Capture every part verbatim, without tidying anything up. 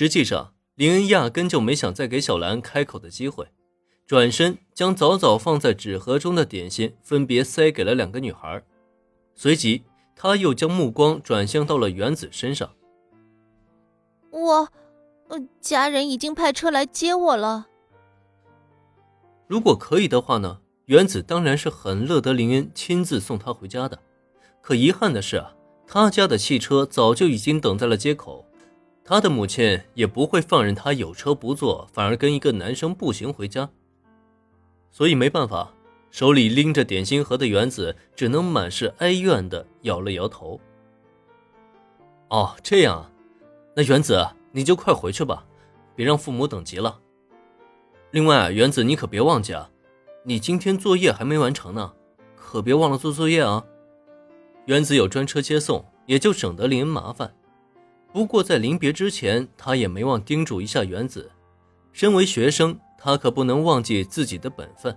实际上林恩压根就没想再给小兰开口的机会，转身将早早放在纸盒中的点心分别塞给了两个女孩，随即他又将目光转向到了原子身上。 我呃，家人已经派车来接我了。 如果可以的话呢，原子当然是很乐得林恩亲自送他回家的。可遗憾的是啊，他家的汽车早就已经等在了街口，他的母亲也不会放任他有车不坐，反而跟一个男生步行回家。所以没办法，手里拎着点心盒的原子只能满是哀怨地摇了摇头。哦，这样啊，那原子你就快回去吧，别让父母等急了。另外原子你可别忘记啊，你今天作业还没完成呢，可别忘了做作业啊。原子有专车接送，也就省得林恩麻烦。不过在临别之前，他也没忘叮嘱一下原子，身为学生，他可不能忘记自己的本分。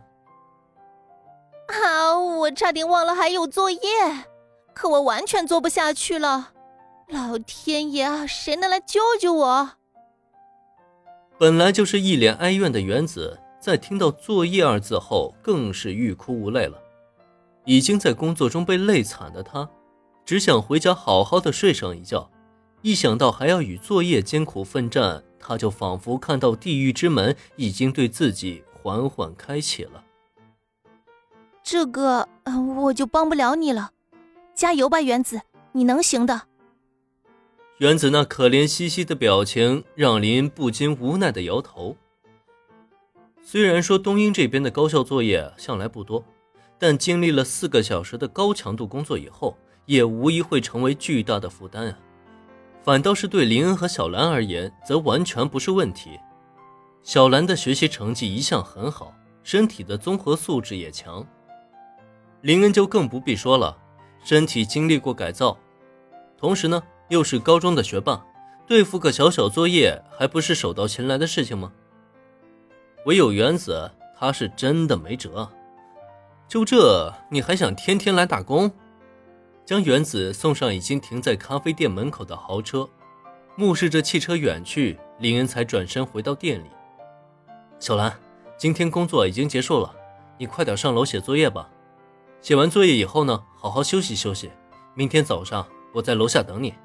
啊，我差点忘了还有作业，可我完全做不下去了。老天爷啊，谁能来救救我？ 本来就是一脸哀怨的原子，在听到作业二字后更是欲哭无泪了。已经在工作中被累惨的他，只想回家好好的睡上一觉，一想到还要与作业艰苦奋战，他就仿佛看到地狱之门已经对自己缓缓开启了。 这个、呃、我就帮不了你了，加油吧原子，你能行的。 原子那可怜兮兮的表情让林恩不禁无奈地摇头。虽然说东英这边的高校作业向来不多，但经历了四个小时的高强度工作以后，也无疑会成为巨大的负担啊。反倒是对林恩和小兰而言，则完全不是问题。小兰的学习成绩一向很好，身体的综合素质也强。林恩就更不必说了，身体经历过改造，同时呢，又是高中的学霸，对付个小小作业还不是手到擒来的事情吗？唯有原子，他是真的没辙。就这，你还想天天来打工？将原子送上已经停在咖啡店门口的豪车，目视着汽车远去，林恩才转身回到店里。小兰，今天工作已经结束了，你快点上楼写作业吧。写完作业以后呢，好好休息休息，明天早上我在楼下等你。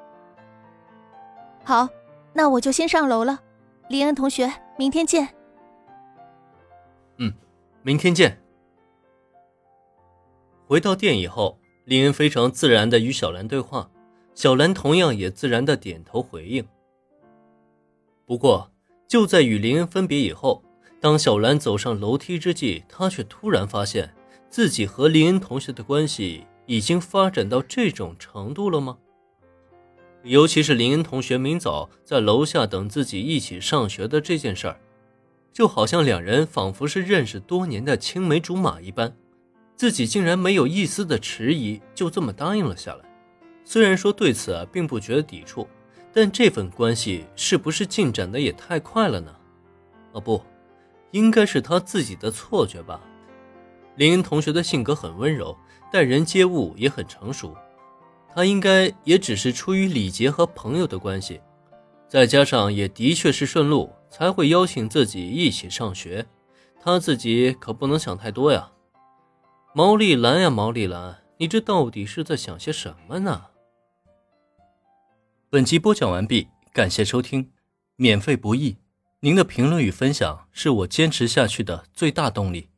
好，那我就先上楼了。林恩同学，明天见。 嗯，明天见。回到店以后，林恩非常自然地与小兰对话，小兰同样也自然地点头回应。不过就在与林恩分别以后，当小兰走上楼梯之际，她却突然发现自己和林恩同学的关系已经发展到这种程度了吗？尤其是林恩同学明早在楼下等自己一起上学的这件事儿，就好像两人仿佛是认识多年的青梅竹马一般，自己竟然没有一丝的迟疑，就这么答应了下来。虽然说对此啊并不觉得抵触，但这份关系是不是进展的也太快了呢？哦不，应该是他自己的错觉吧。林恩同学的性格很温柔，待人接物也很成熟，他应该也只是出于礼节和朋友的关系，再加上也的确是顺路，才会邀请自己一起上学，他自己可不能想太多呀。毛利兰呀毛利兰，你这到底是在想些什么呢？本集播讲完毕，感谢收听，免费不易，您的评论与分享是我坚持下去的最大动力。